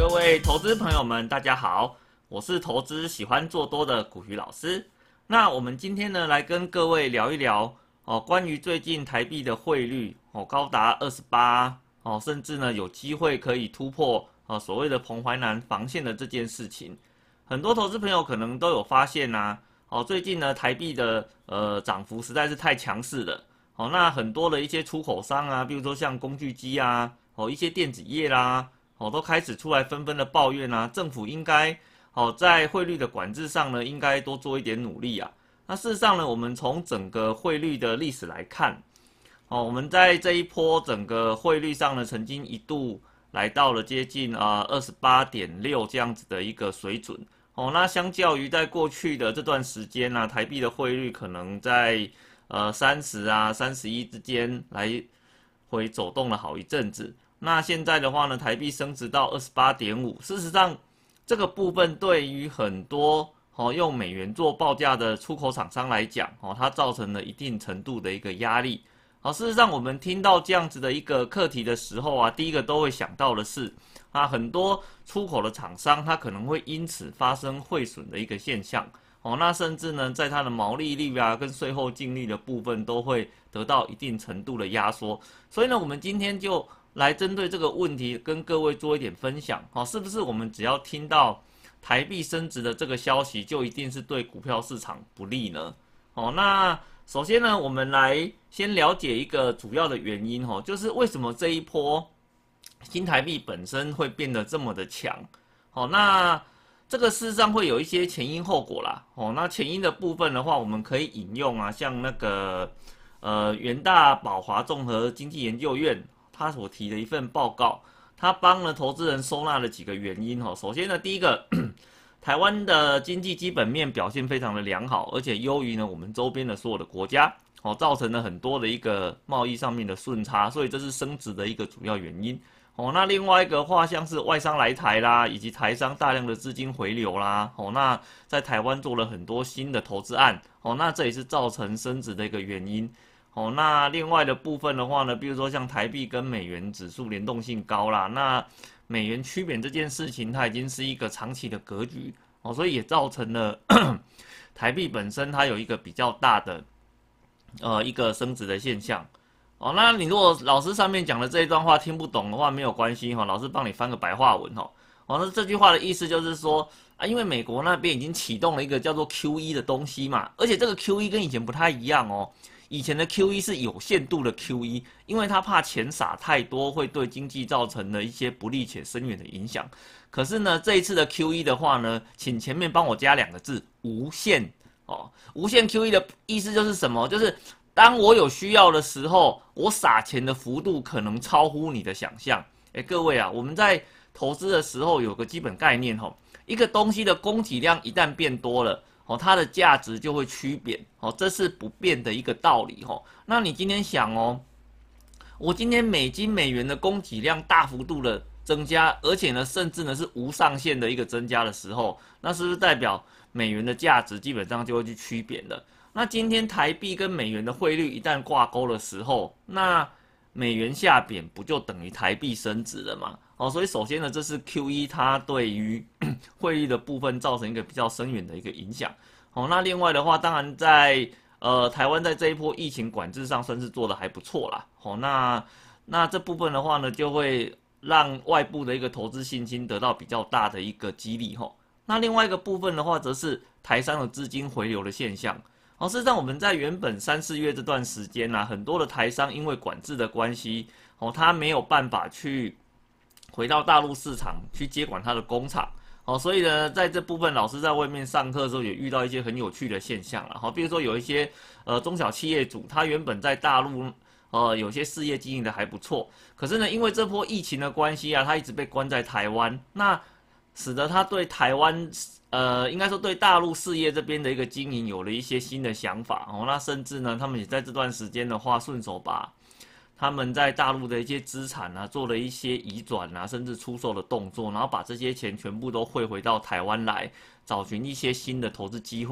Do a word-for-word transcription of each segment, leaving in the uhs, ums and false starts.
各位投资朋友们，大家好，我是投资喜欢做多的古鱼老师。那我们今天呢，来跟各位聊一聊哦，关于最近台币的汇率哦，高达二十八哦，甚至呢有机会可以突破哦所谓的彭淮南防线的这件事情。很多投资朋友可能都有发现呐、啊，哦，最近呢台币的呃涨幅实在是太强势了。哦，那很多的一些出口商啊，比如说像工具机啊，哦一些电子业啦。哦，都开始出来纷纷的抱怨啊，政府应该哦在汇率的管制上呢，应该多做一点努力啊。那事实上呢，我们从整个汇率的历史来看，哦，我们在这一波整个汇率上呢，曾经一度来到了接近啊二十八点六这样子的一个水准。哦，那相较于在过去的这段时间呢、啊，台币的汇率可能在呃三十啊三十一之间来回走动了好一阵子。那现在的话呢，台币升值到 二十八点五， 事实上这个部分对于很多哦用美元做报价的出口厂商来讲，哦它造成了一定程度的一个压力。好，事实上我们听到这样子的一个课题的时候啊，第一个都会想到的是啊，很多出口的厂商它可能会因此发生汇损的一个现象。哦，那甚至呢，在它的毛利率啊跟税后净利的部分都会得到一定程度的压缩。所以呢，我们今天就来针对这个问题跟各位做一点分享，好，是不是我们只要听到台币升值的这个消息，就一定是对股票市场不利呢？哦，那首先呢，我们来先了解一个主要的原因，哦，就是为什么这一波新台币本身会变得这么的强？好，那这个事实上会有一些前因后果啦。哦，那前因的部分的话，我们可以引用啊，像那个呃元大宝华综合经济研究院。他所提的一份报告，他帮了投资人收纳了几个原因哈。首先呢，第一个，台湾的经济基本面表现非常的良好，而且优于呢我们周边的所有的国家，哦，造成了很多的一个贸易上面的顺差，所以这是升值的一个主要原因。哦，那另外一个话，像是外商来台啦，以及台商大量的资金回流啦，哦，那在台湾做了很多新的投资案，哦，那这也是造成升值的一个原因。哦，那另外的部分的话呢，比如说像台币跟美元指数联动性高啦，那美元趋贬这件事情，它已经是一个长期的格局哦，所以也造成了台币本身它有一个比较大的呃一个升值的现象。哦，那你如果老师上面讲的这一段话听不懂的话，没有关系哈、哦，老师帮你翻个白话文哈、哦。哦，那这句话的意思就是说啊，因为美国那边已经启动了一个叫做 Q E 的东西嘛，而且这个 Q E 跟以前不太一样哦。以前的 Q E 是有限度的 Q E， 因为他怕钱撒太多会对经济造成了一些不利且深远的影响。可是呢，这一次的 Q E 的话呢，请前面帮我加两个字，无限哦。无限 Q E 的意思就是什么？就是当我有需要的时候，我撒钱的幅度可能超乎你的想象。哎，各位啊，我们在投资的时候有个基本概念吼，一个东西的供给量一旦变多了。哦，它的价值就会趋贬，哦，这是不变的一个道理，哦。那你今天想哦，我今天美金美元的供给量大幅度的增加，而且呢，甚至呢是无上限的一个增加的时候，那是不是代表美元的价值基本上就会去趋贬了？那今天台币跟美元的汇率一旦挂钩的时候，那美元下贬不就等于台币升值了吗？哦，所以首先呢，这是 Q E 它对于汇率的部分造成一个比较深远的一个影响。哦，那另外的话，当然在呃台湾在这一波疫情管制上算是做得还不错啦。哦，那那这部分的话呢，就会让外部的一个投资信心得到比较大的一个激励。吼，那另外一个部分的话，则是台商的资金回流的现象。哦，事实上我们在原本三四月这段时间啊，很多的台商因为管制的关系，哦，他没有办法去回到大陆市场去接管他的工厂。哦，所以呢，在这部分老师在外面上课的时候，也遇到一些很有趣的现象了。好，比如说有一些呃中小企业主，他原本在大陆呃有些事业经营的还不错，可是呢，因为这波疫情的关系啊，他一直被关在台湾，那使得他对台湾呃应该说对大陆事业这边的一个经营有了一些新的想法。哦，那甚至呢，他们也在这段时间的话，顺手把他们在大陆的一些资产啊，做了一些移转啊，甚至出售的动作，然后把这些钱全部都汇回到台湾来，找寻一些新的投资机会。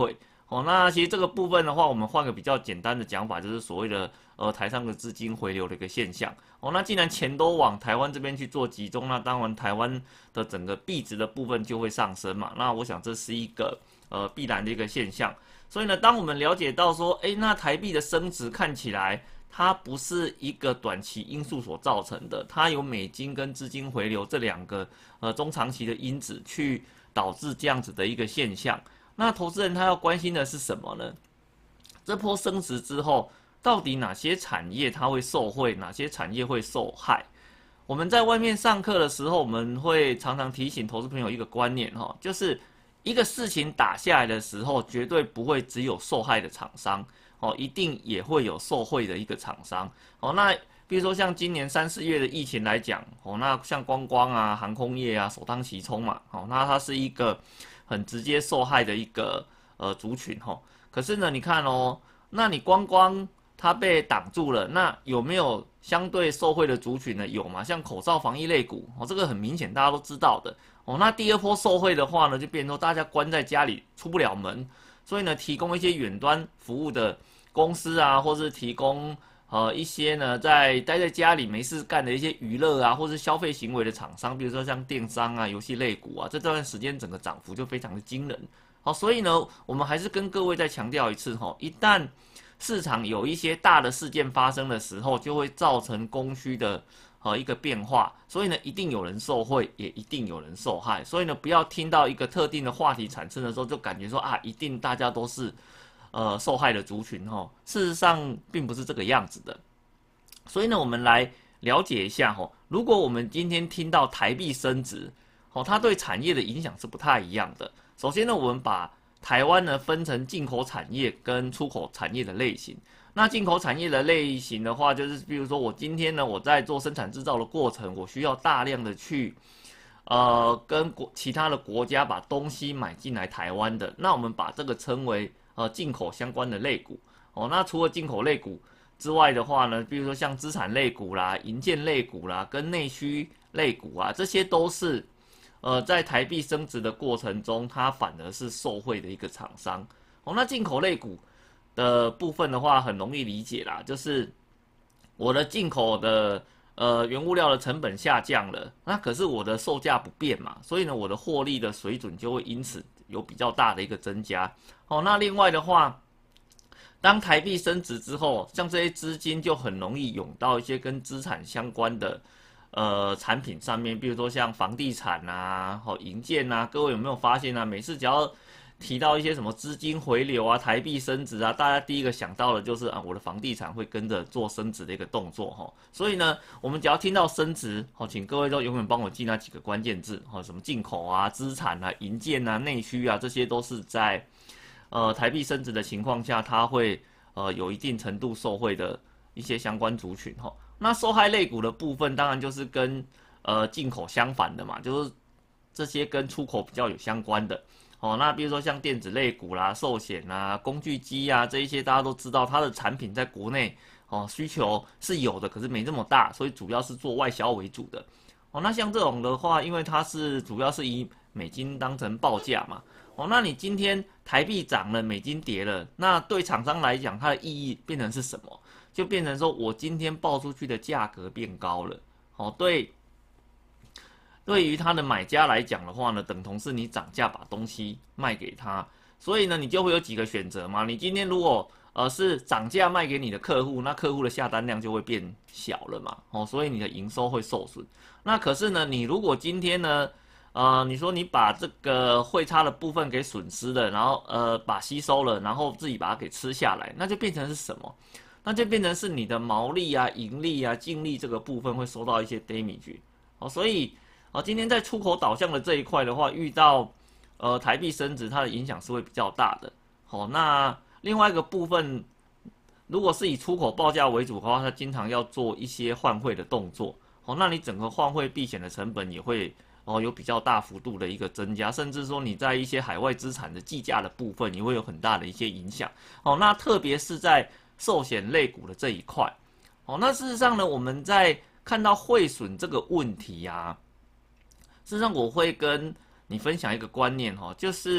哦，那其实这个部分的话，我们换个比较简单的讲法，就是所谓的呃台上的资金回流的一个现象。哦，那既然钱都往台湾这边去做集中，那当然台湾的整个币值的部分就会上升嘛。那我想这是一个呃必然的一个现象。所以呢，当我们了解到说，哎，那台币的升值看起来它不是一个短期因素所造成的，它有美金跟资金回流这两个呃中长期的因子去导致这样子的一个现象。那投资人他要关心的是什么呢？这波升值之后，到底哪些产业它会受惠，哪些产业会受害？我们在外面上课的时候，我们会常常提醒投资朋友一个观念哈，就是一个事情打下来的时候，绝对不会只有受害的厂商哦，一定也会有受惠的一个厂商哦。那比如说像今年三四月的疫情来讲哦，那像观光啊、航空业啊，首当其冲嘛哦，那它是一个很直接受害的一个呃族群哈。可是呢，你看哦，那你观光它被挡住了，那有没有相对受惠的族群呢？有嘛？像口罩防疫类股哦，这个很明显大家都知道的哦。那第二波受惠的话呢，就变成说大家关在家里出不了门，所以呢，提供一些远端服务的公司啊，或是提供呃一些呢在待在家里没事干的一些娱乐啊，或是消费行为的厂商，比如说像电商啊、游戏类股啊，这段时间整个涨幅就非常的惊人。好，所以呢，我们还是跟各位再强调一次哈，一旦市场有一些大的事件发生的时候，就会造成供需的呃一个变化，所以呢，一定有人受惠，也一定有人受害。所以呢，不要听到一个特定的话题产生的时候，就感觉说啊，一定大家都是呃受害的族群哈。事实上并不是这个样子的。所以呢，我们来了解一下哈，如果我们今天听到台币升值，哦，它对产业的影响是不太一样的。首先呢，我们把台湾呢分成进口产业跟出口产业的类型。那进口产业的类型的话，就是比如说我今天呢我在做生产制造的过程，我需要大量的去呃跟国其他的国家把东西买进来台湾的，那我们把这个称为呃进口相关的类股。哦，那除了进口类股之外的话呢，比如说像资产类股啦、营建类股啦、跟内需类股啊，这些都是。呃，在台币升值的过程中，它反而是受惠的一个厂商。哦，那进口类股的部分的话，很容易理解啦，就是我的进口的呃原物料的成本下降了，那可是我的售价不变嘛，所以呢，我的获利的水准就会因此有比较大的一个增加。哦，那另外的话，当台币升值之后，像这些资金就很容易涌到一些跟资产相关的。呃，产品上面，比如说像房地产啊、好营建啊，各位有没有发现啊？每次只要提到一些什么资金回流啊、台币升值啊，大家第一个想到的就是啊，我的房地产会跟着做升值的一个动作哈。所以呢，我们只要听到升值，好，请各位都永远帮我记那几个关键字，哈，什么进口啊、资产啊、营建啊、内需啊，这些都是在呃台币升值的情况下，它会呃有一定程度受惠的一些相关族群哈。那受害类股的部分，当然就是跟呃进口相反的嘛，就是这些跟出口比较有相关的。哦，那比如说像电子类股啦、寿险啊、工具机啊这一些，大家都知道它的产品在国内哦需求是有的，可是没这么大，所以主要是做外销为主的。哦，那像这种的话，因为它是主要是以美金当成报价嘛。哦，那你今天台币涨了，美金跌了，那对厂商来讲，它的意义变成是什么？就变成说我今天报出去的价格变高了，哦，对，对于他的买家来讲的话呢，等同是你涨价把东西卖给他，所以呢，你就会有几个选择嘛。你今天如果呃是涨价卖给你的客户，那客户的下单量就会变小了嘛，哦，所以你的营收会受损。那可是呢，你如果今天呢，呃，你说你把这个汇差的部分给损失了，然后呃把吸收了，然后自己把它给吃下来，那就变成是什么？那就变成是你的毛利啊、盈利啊、净利这个部分会受到一些 damage， 哦，所以哦，今天在出口导向的这一块的话，遇到呃台币升值，它的影响是会比较大的。好，那另外一个部分，如果是以出口报价为主的话，它经常要做一些换汇的动作，哦，那你整个换汇避险的成本也会哦有比较大幅度的一个增加，甚至说你在一些海外资产的计价的部分，也会有很大的一些影响。哦，那特别是在寿险类股的这一块，哦，那事实上呢，我们在看到汇损这个问题啊，事实上我会跟你分享一个观念哈，就是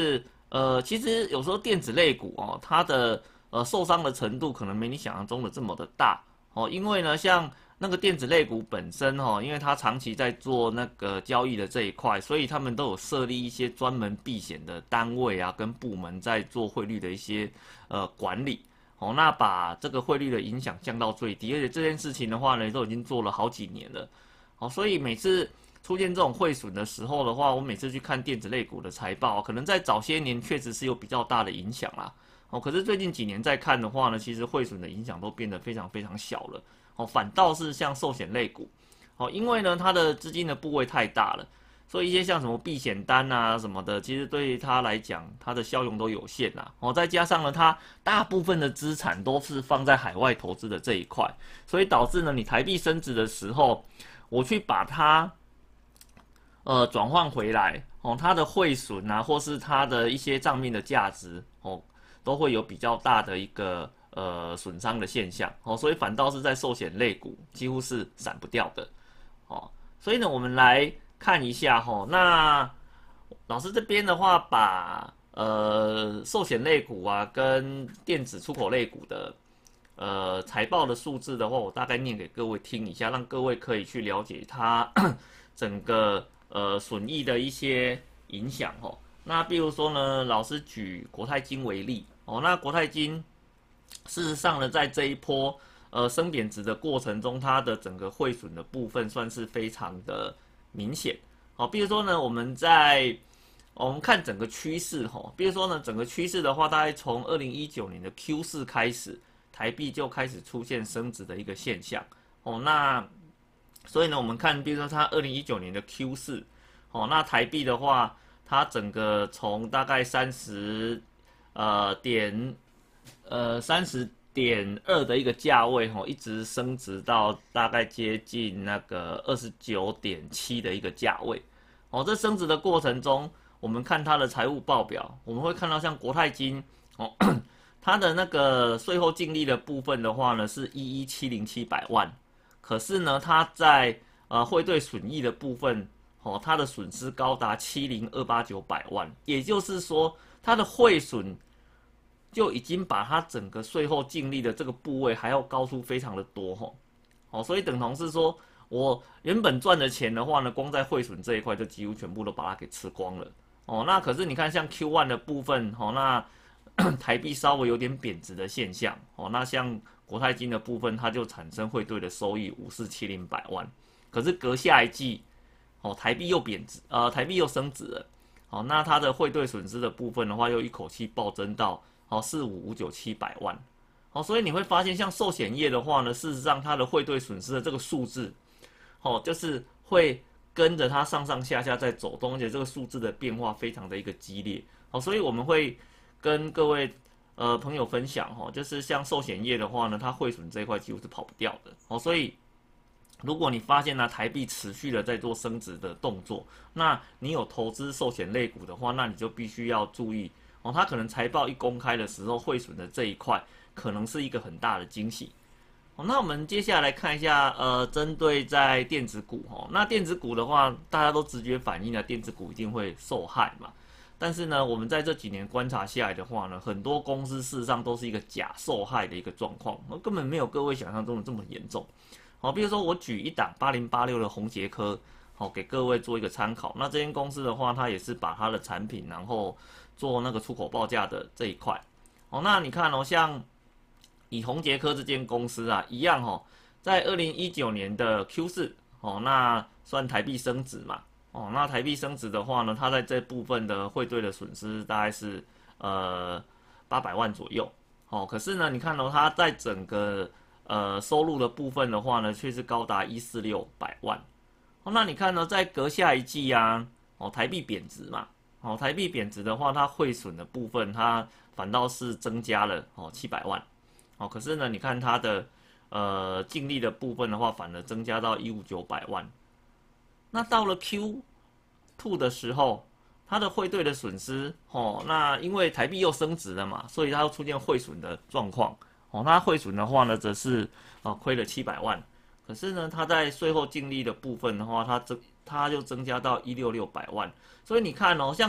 呃，其实有时候电子类股哦，它的呃受伤的程度可能没你想象中的这么的大哦，因为呢，像那个电子类股本身哦，因为它长期在做那个交易的这一块，所以他们都有设立一些专门避险的单位啊，跟部门在做汇率的一些呃管理哦，那把这个汇率的影响降到最低，而且这件事情的话呢，都已经做了好几年了哦，所以每次出现这种汇损的时候的话，我每次去看电子类股的财报，可能在早些年确实是有比较大的影响啦。哦，可是最近几年再看的话呢，其实汇损的影响都变得非常非常小了。哦，反倒是像寿险类股，哦，因为呢它的资金的部位太大了，所以一些像什么避险单啊什么的，其实对它来讲，它的效用都有限呐。哦，再加上呢，它大部分的资产都是放在海外投资的这一块，所以导致呢，你台币升值的时候，我去把它呃转换回来，哦，它的汇损啊，或是它的一些账面的价值，哦，都会有比较大的一个呃损伤的现象，哦，所以反倒是在寿险类股几乎是闪不掉的，哦，所以呢，我们来看一下哈、哦，那老师这边的话把呃寿险类股啊跟电子出口类股的呃财报的数字的话，我大概念给各位听一下，让各位可以去了解它整个呃损益的一些影响哦。那比如说呢，老师举国泰金为例哦，那国泰金事实上呢，在这一波呃升贬值的过程中，它的整个汇损的部分算是非常的明显。好，比如说呢，我们在我们看整个趋势哈，比如说呢，整个趋势的话，大概从二零一九年的 Q 四开始，台币就开始出现升值的一个现象哦。那所以呢，我们看，比如说它二零一九年的 Q 四，哦，那台币的话，它整个从大概三十呃点呃三十点二的一个价位哈、哦，一直升值到大概接近那个二十九点七的一个价位。哦，这升值的过程中，我们看它的财务报表，我们会看到像国泰金哦，它的那个税后净利的部分的话呢，是一亿七零七百万。可是呢，它在呃汇兑损益的部分，哦，它的损失高达七零二八九百万，也就是说，它的汇损就已经把它整个税后净利的这个部位还要高出非常的多，吼，哦，所以等同是说我原本赚的钱的话呢，光在汇损这一块就几乎全部都把它给吃光了，哦，那可是你看像 Q 一 的部分，哦，那台币稍微有点贬值的现象，哦，那像国泰金的部分，它就产生汇兑的收益五四七零百万，可是隔下一季，哦，台币又贬值，呃，台币又升值了，哦，那它的汇兑损失的部分的话，又一口气暴增到哦四五五九七百万，哦，所以你会发现，像寿险业的话呢，事实上它的汇兑损失的这个数字，哦，就是会跟着它上上下下在走动，而且这个数字的变化非常的一个激烈，哦，所以我们会跟各位呃朋友分享哈、哦，就是像寿险业的话呢，它汇损这一块几乎是跑不掉的，哦，所以如果你发现呢台币持续的在做升值的动作，那你有投资寿险类股的话，那你就必须要注意哦，它可能财报一公开的时候，汇损的这一块可能是一个很大的惊喜。哦，那我们接下来看一下，呃，针对在电子股哦，那电子股的话，大家都直觉反应了，电子股一定会受害嘛。但是呢，我们在这几年观察下来的话呢，很多公司事实上都是一个假受害的一个状况，根本没有各位想象中的这么严重。好，比如说我举一档八零八六的宏捷科，好，给各位做一个参考。那这间公司的话，它也是把它的产品，然后做那个出口报价的这一块。哦，那你看哦，像以宏捷科这间公司啊，一样哦，在二零一九年的 Q 四，哦，那算台币升值嘛。哦，那台币升值的话呢，它在这部分的汇兑的损失大概是呃八百万左右。哦，可是呢，你看哦，它在整个呃收入的部分的话呢，却是高达一四六百万。哦，那你看呢，在隔下一季啊，哦，台币贬值嘛，哦，台币贬值的话，它汇损的部分它反倒是增加了哦七百万。哦，可是呢，你看它的呃净利的部分的话，反而增加到一五九百万。那到了 Q 二 的时候，它的汇兑的损失，哦，那因为台币又升值了嘛，所以它又出现汇损的状况。哦，它汇损的话呢，则是啊亏了七百万。可是呢，它在税后净利的部分的话，它增它就增加到一六六百万。所以你看哦，像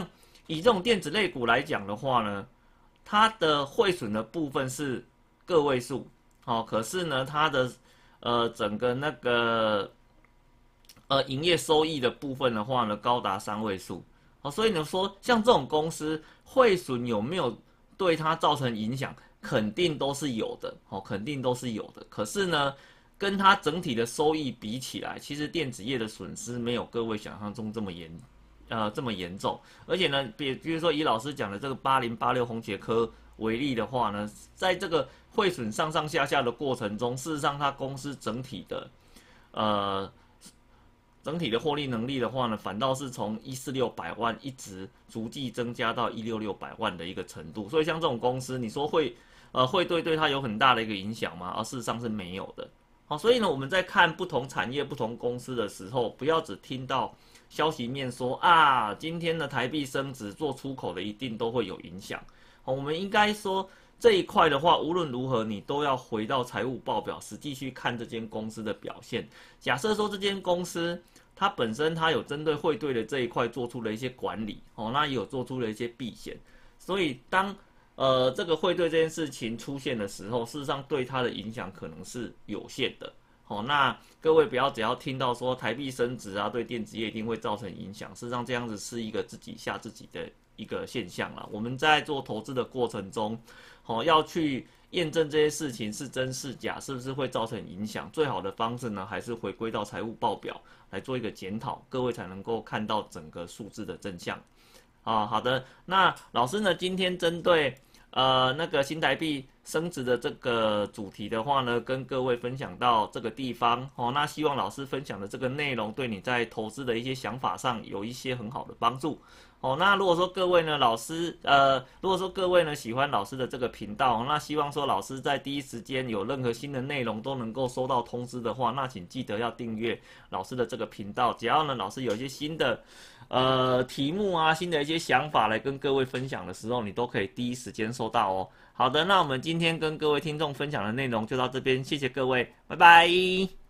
以这种电子类股来讲的话呢，它的汇损的部分是个位数，哦，可是呢，它的呃整个那个呃营业收益的部分的话呢，高达三位数，哦，所以呢说像这种公司汇损有没有对它造成影响？肯定都是有的，哦，肯定都是有的。可是呢，跟它整体的收益比起来，其实电子业的损失没有各位想象中这么严，呃，这么严重。而且呢，比比如说以老师讲的这个八零八六宏捷科为例的话呢，在这个汇损上上下下的过程中，事实上它公司整体的，呃。整体的获利能力的话呢，反倒是从一四六百万一直逐季增加到一六六百万的一个程度。所以像这种公司，你说会呃会对对它有很大的一个影响吗？而事实上是没有的。好，所以呢，我们在看不同产业、不同公司的时候，不要只听到消息面说啊，今天的台币升值，做出口的一定都会有影响。好，我们应该说这一块的话，无论如何你都要回到财务报表，实际去看这间公司的表现。假设说这间公司它本身它有针对汇兑的这一块做出了一些管理，哦，那也有做出了一些避险，所以当呃这个汇兑这件事情出现的时候，事实上对它的影响可能是有限的，哦，那各位不要只要听到说台币升值啊，对电子业一定会造成影响，事实上这样子是一个自己吓自己的一个现象啦。我们在做投资的过程中，哦，要去验证这些事情是真是假，是不是会造成影响？最好的方式呢，还是回归到财务报表来做一个检讨，各位才能够看到整个数字的真相。啊，好的，那老师呢，今天针对呃那个新台币升值的这个主题的话呢，跟各位分享到这个地方哦。那希望老师分享的这个内容对你在投资的一些想法上有一些很好的帮助。哦，那如果说各位呢，老师，呃，如果说各位呢喜欢老师的这个频道，那希望说老师在第一时间有任何新的内容都能够收到通知的话，那请记得要订阅老师的这个频道。只要呢老师有一些新的，呃，题目啊，新的一些想法来跟各位分享的时候，你都可以第一时间收到哦。好的，那我们今天跟各位听众分享的内容就到这边，谢谢各位，拜拜。